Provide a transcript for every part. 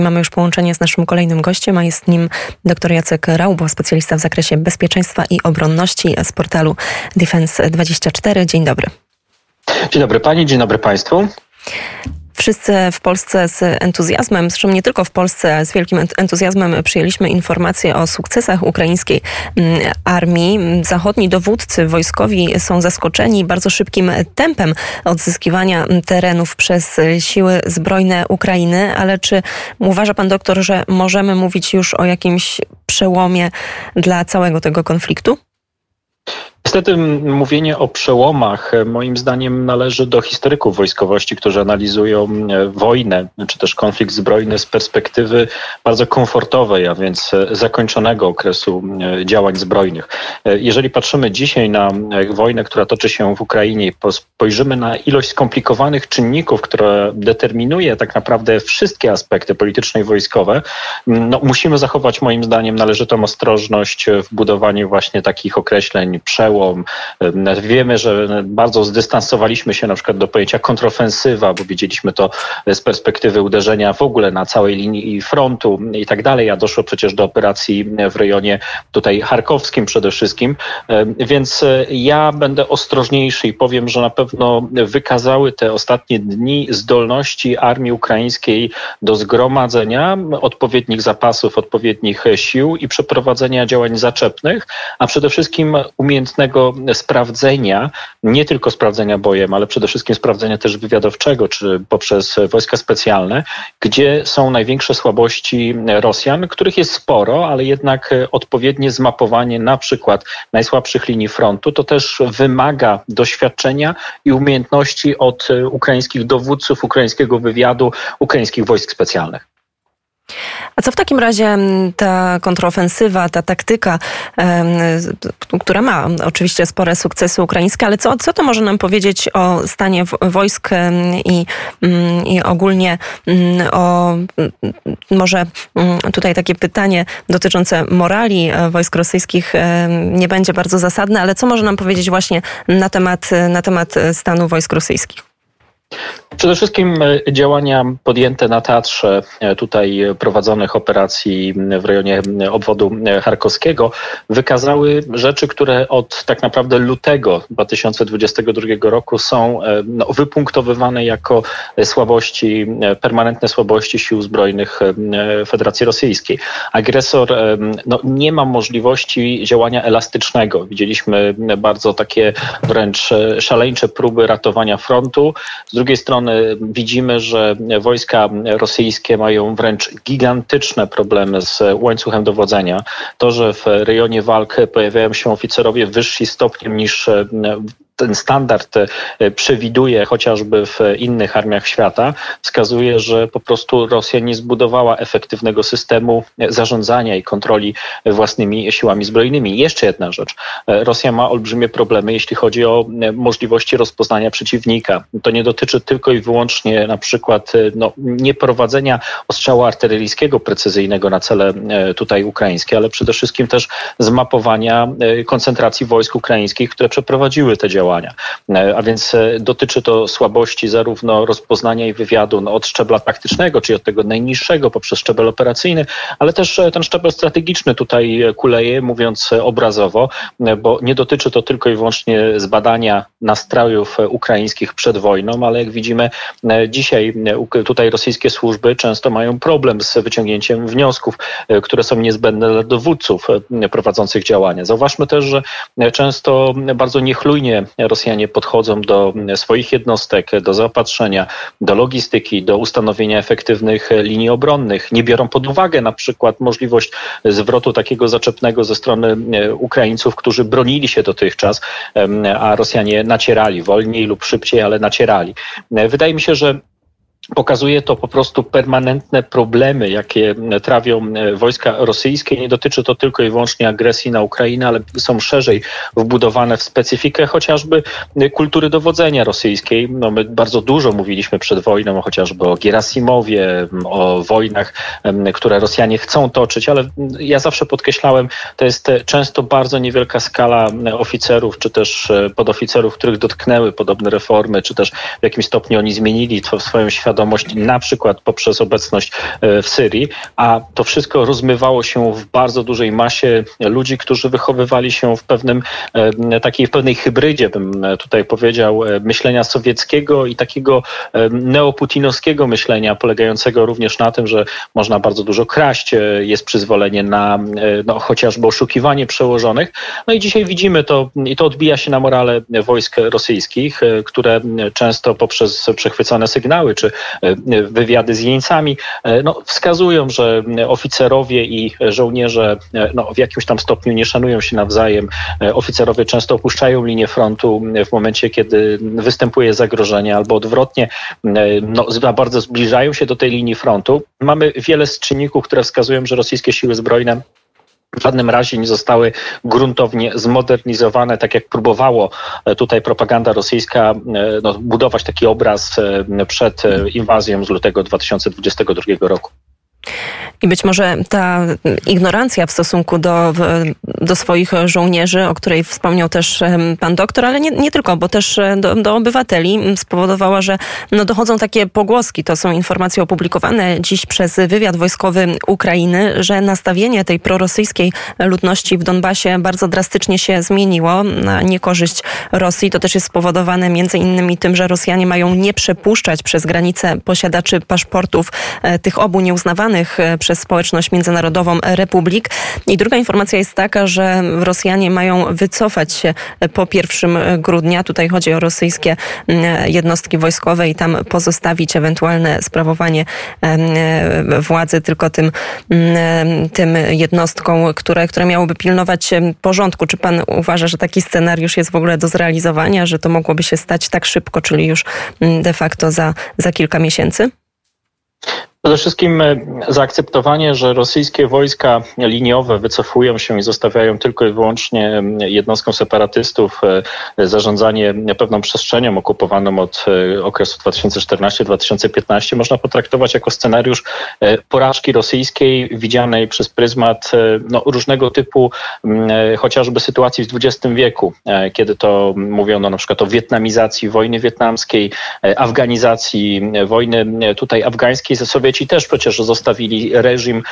Mamy już połączenie z naszym kolejnym gościem, a jest nim dr Jacek Raubo, specjalista w zakresie bezpieczeństwa i obronności z portalu Defense24. Dzień dobry. Dzień dobry Pani, dzień dobry Państwu. Wszyscy w Polsce z entuzjazmem, zresztą nie tylko w Polsce, z wielkim entuzjazmem przyjęliśmy informacje o sukcesach ukraińskiej armii. Zachodni dowódcy wojskowi są zaskoczeni bardzo szybkim tempem odzyskiwania terenów przez siły zbrojne Ukrainy, ale czy uważa pan doktor, że możemy mówić już o jakimś przełomie dla całego tego konfliktu? Niestety mówienie o przełomach moim zdaniem należy do historyków wojskowości, którzy analizują wojnę czy też konflikt zbrojny z perspektywy bardzo komfortowej, a więc zakończonego okresu działań zbrojnych. Jeżeli patrzymy dzisiaj na wojnę, która toczy się w Ukrainie i spojrzymy na ilość skomplikowanych czynników, które determinuje tak naprawdę wszystkie aspekty polityczne i wojskowe, musimy zachować moim zdaniem należytą ostrożność w budowaniu właśnie takich określeń przełom. Wiemy, że bardzo zdystansowaliśmy się na przykład do pojęcia kontrofensywa, bo widzieliśmy to z perspektywy uderzenia w ogóle na całej linii frontu i tak dalej, a doszło przecież do operacji w rejonie tutaj charkowskim przede wszystkim, więc ja będę ostrożniejszy i powiem, że na pewno wykazały te ostatnie dni zdolności armii ukraińskiej do zgromadzenia odpowiednich zapasów, odpowiednich sił i przeprowadzenia działań zaczepnych, a przede wszystkim umiejętnego sprawdzenia, nie tylko sprawdzenia bojem, ale przede wszystkim sprawdzenia też wywiadowczego, czy poprzez wojska specjalne, gdzie są największe słabości Rosjan, których jest sporo, ale jednak odpowiednie zmapowanie na przykład najsłabszych linii frontu, to też wymaga doświadczenia i umiejętności od ukraińskich dowódców, ukraińskiego wywiadu, ukraińskich wojsk specjalnych. A co w takim razie ta kontrofensywa, ta taktyka, która ma oczywiście spore sukcesy ukraińskie, ale co to może nam powiedzieć o stanie wojsk i ogólnie o, może tutaj takie pytanie dotyczące morali wojsk rosyjskich nie będzie bardzo zasadne, ale co może nam powiedzieć właśnie na temat stanu wojsk rosyjskich? Przede wszystkim działania podjęte na teatrze tutaj prowadzonych operacji w rejonie obwodu charkowskiego wykazały rzeczy, które od tak naprawdę lutego 2022 roku są wypunktowywane jako słabości, permanentne słabości sił zbrojnych Federacji Rosyjskiej. Agresor nie ma możliwości działania elastycznego. Widzieliśmy bardzo takie wręcz szaleńcze próby ratowania frontu. Z drugiej strony widzimy, że wojska rosyjskie mają wręcz gigantyczne problemy z łańcuchem dowodzenia. To, że w rejonie walk pojawiają się oficerowie wyżsi stopniem niż ten standard przewiduje chociażby w innych armiach świata, wskazuje, że po prostu Rosja nie zbudowała efektywnego systemu zarządzania i kontroli własnymi siłami zbrojnymi. Jeszcze jedna rzecz. Rosja ma olbrzymie problemy, jeśli chodzi o możliwości rozpoznania przeciwnika. To nie dotyczy tylko i wyłącznie na przykład nieprowadzenia ostrzału artyleryjskiego precyzyjnego na cele tutaj ukraińskie, ale przede wszystkim też zmapowania koncentracji wojsk ukraińskich, które przeprowadziły te działania. A więc dotyczy to słabości zarówno rozpoznania i wywiadu od szczebla taktycznego, czyli od tego najniższego poprzez szczebel operacyjny, ale też ten szczebel strategiczny tutaj kuleje, mówiąc obrazowo, bo nie dotyczy to tylko i wyłącznie zbadania nastrojów ukraińskich przed wojną, ale jak widzimy dzisiaj tutaj rosyjskie służby często mają problem z wyciągnięciem wniosków, które są niezbędne dla dowódców prowadzących działania. Zauważmy też, że często bardzo niechlujnie Rosjanie podchodzą do swoich jednostek, do zaopatrzenia, do logistyki, do ustanowienia efektywnych linii obronnych. Nie biorą pod uwagę na przykład możliwość zwrotu takiego zaczepnego ze strony Ukraińców, którzy bronili się dotychczas, a Rosjanie nacierali wolniej lub szybciej, ale nacierali. Wydaje mi się, że pokazuje to po prostu permanentne problemy, jakie trawią wojska rosyjskie. Nie dotyczy to tylko i wyłącznie agresji na Ukrainę, ale są szerzej wbudowane w specyfikę chociażby kultury dowodzenia rosyjskiej. My bardzo dużo mówiliśmy przed wojną chociażby o Gerasimowie, o wojnach, które Rosjanie chcą toczyć, ale ja zawsze podkreślałem, to jest często bardzo niewielka skala oficerów, czy też podoficerów, których dotknęły podobne reformy, czy też w jakimś stopniu oni zmienili swoją świadomość świadomość, na przykład poprzez obecność w Syrii, a to wszystko rozmywało się w bardzo dużej masie ludzi, którzy wychowywali się w pewnej hybrydzie, bym tutaj powiedział, myślenia sowieckiego i takiego neoputinowskiego myślenia, polegającego również na tym, że można bardzo dużo kraść, jest przyzwolenie na chociażby oszukiwanie przełożonych. No i dzisiaj widzimy to, i to odbija się na morale wojsk rosyjskich, które często poprzez przechwycone sygnały czy wywiady z jeńcami wskazują, że oficerowie i żołnierze w jakimś tam stopniu nie szanują się nawzajem. Oficerowie często opuszczają linię frontu w momencie, kiedy występuje zagrożenie, albo odwrotnie, za bardzo zbliżają się do tej linii frontu. Mamy wiele czynników, które wskazują, że rosyjskie siły zbrojne w żadnym razie nie zostały gruntownie zmodernizowane, tak jak próbowało tutaj propaganda rosyjska budować taki obraz przed inwazją z lutego 2022 roku. I być może ta ignorancja w stosunku do swoich żołnierzy, o której wspomniał też pan doktor, ale nie tylko, bo też do obywateli spowodowała, że dochodzą takie pogłoski, to są informacje opublikowane dziś przez wywiad wojskowy Ukrainy, że nastawienie tej prorosyjskiej ludności w Donbasie bardzo drastycznie się zmieniło na niekorzyść Rosji. To też jest spowodowane między innymi tym, że Rosjanie mają nie przepuszczać przez granicę posiadaczy paszportów tych obu nieuznawanych przez społeczność międzynarodową republik. I druga informacja jest taka, że Rosjanie mają wycofać się po 1 grudnia. Tutaj chodzi o rosyjskie jednostki wojskowe i tam pozostawić ewentualne sprawowanie władzy tylko tym jednostkom, które miałyby pilnować porządku. Czy pan uważa, że taki scenariusz jest w ogóle do zrealizowania, że to mogłoby się stać tak szybko, czyli już de facto za kilka miesięcy? Przede wszystkim zaakceptowanie, że rosyjskie wojska liniowe wycofują się i zostawiają tylko i wyłącznie jednostkom separatystów zarządzanie pewną przestrzenią okupowaną od okresu 2014-2015 można potraktować jako scenariusz porażki rosyjskiej widzianej przez pryzmat różnego typu chociażby sytuacji w XX wieku, kiedy to mówiono na przykład o wietnamizacji wojny wietnamskiej, afganizacji wojny tutaj afgańskiej. Sowieci też przecież zostawili reżim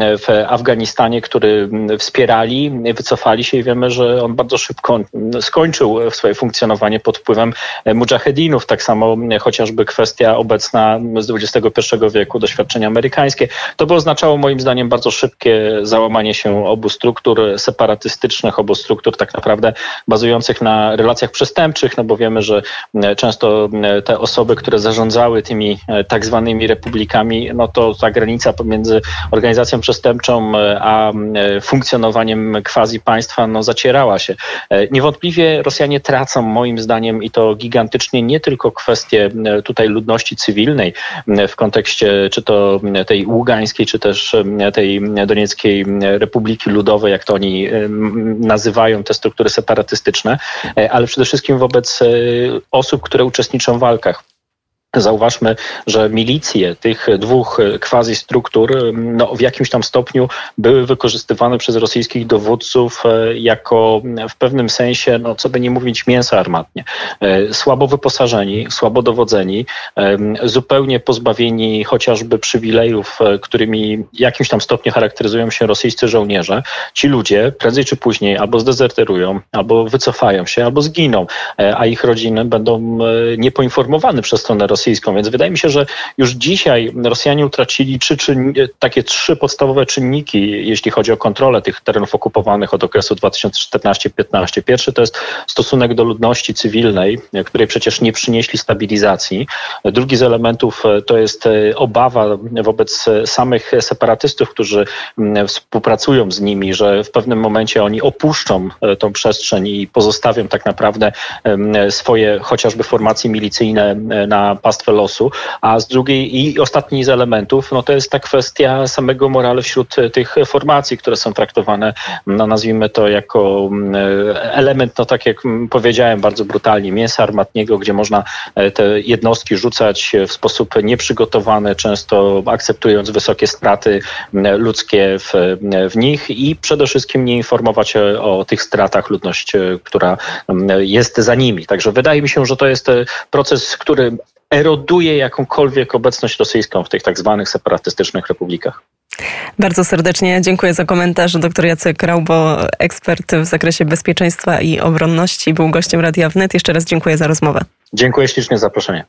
w Afganistanie, który wspierali, wycofali się i wiemy, że on bardzo szybko skończył swoje funkcjonowanie pod wpływem mudżahedinów. Tak samo chociażby kwestia obecna z XXI wieku, doświadczenia amerykańskie. To by oznaczało moim zdaniem bardzo szybkie załamanie się obu struktur separatystycznych, obu struktur tak naprawdę bazujących na relacjach przestępczych, bo wiemy, że często te osoby, które zarządzały tymi tak zwanymi republikami, to ta granica pomiędzy organizacją przestępczą a funkcjonowaniem quasi państwa zacierała się. Niewątpliwie Rosjanie tracą moim zdaniem i to gigantycznie nie tylko kwestie tutaj ludności cywilnej w kontekście czy to tej ługańskiej, czy też tej Donieckiej Republiki Ludowej, jak to oni nazywają te struktury separatystyczne, ale przede wszystkim wobec osób, które uczestniczą w walkach. Zauważmy, że milicje tych dwóch quasi struktur w jakimś tam stopniu były wykorzystywane przez rosyjskich dowódców jako w pewnym sensie, co by nie mówić, mięso armatnie. Słabo wyposażeni, słabo dowodzeni, zupełnie pozbawieni chociażby przywilejów, którymi w jakimś tam stopniu charakteryzują się rosyjscy żołnierze. Ci ludzie prędzej czy później albo zdezerterują, albo wycofają się, albo zginą, a ich rodziny będą niepoinformowane przez stronę rosyjską. Więc wydaje mi się, że już dzisiaj Rosjanie utracili takie trzy podstawowe czynniki, jeśli chodzi o kontrolę tych terenów okupowanych od okresu 2014-15. Pierwszy to jest stosunek do ludności cywilnej, której przecież nie przynieśli stabilizacji. Drugi z elementów to jest obawa wobec samych separatystów, którzy współpracują z nimi, że w pewnym momencie oni opuszczą tą przestrzeń i pozostawią tak naprawdę swoje chociażby formacje milicyjne na pastwę losu, a z drugiej i ostatni z elementów, to jest ta kwestia samego morale wśród tych formacji, które są traktowane, nazwijmy to jako element, tak jak powiedziałem bardzo brutalnie, mięsa armatniego, gdzie można te jednostki rzucać w sposób nieprzygotowany, często akceptując wysokie straty ludzkie w nich i przede wszystkim nie informować o tych stratach ludność, która jest za nimi. Także wydaje mi się, że to jest proces, który eroduje jakąkolwiek obecność rosyjską w tych tak zwanych separatystycznych republikach. Bardzo serdecznie dziękuję za komentarz. Dr Jacek Raubo, ekspert w zakresie bezpieczeństwa i obronności, był gościem Radia Wnet. Jeszcze raz dziękuję za rozmowę. Dziękuję ślicznie za zaproszenie.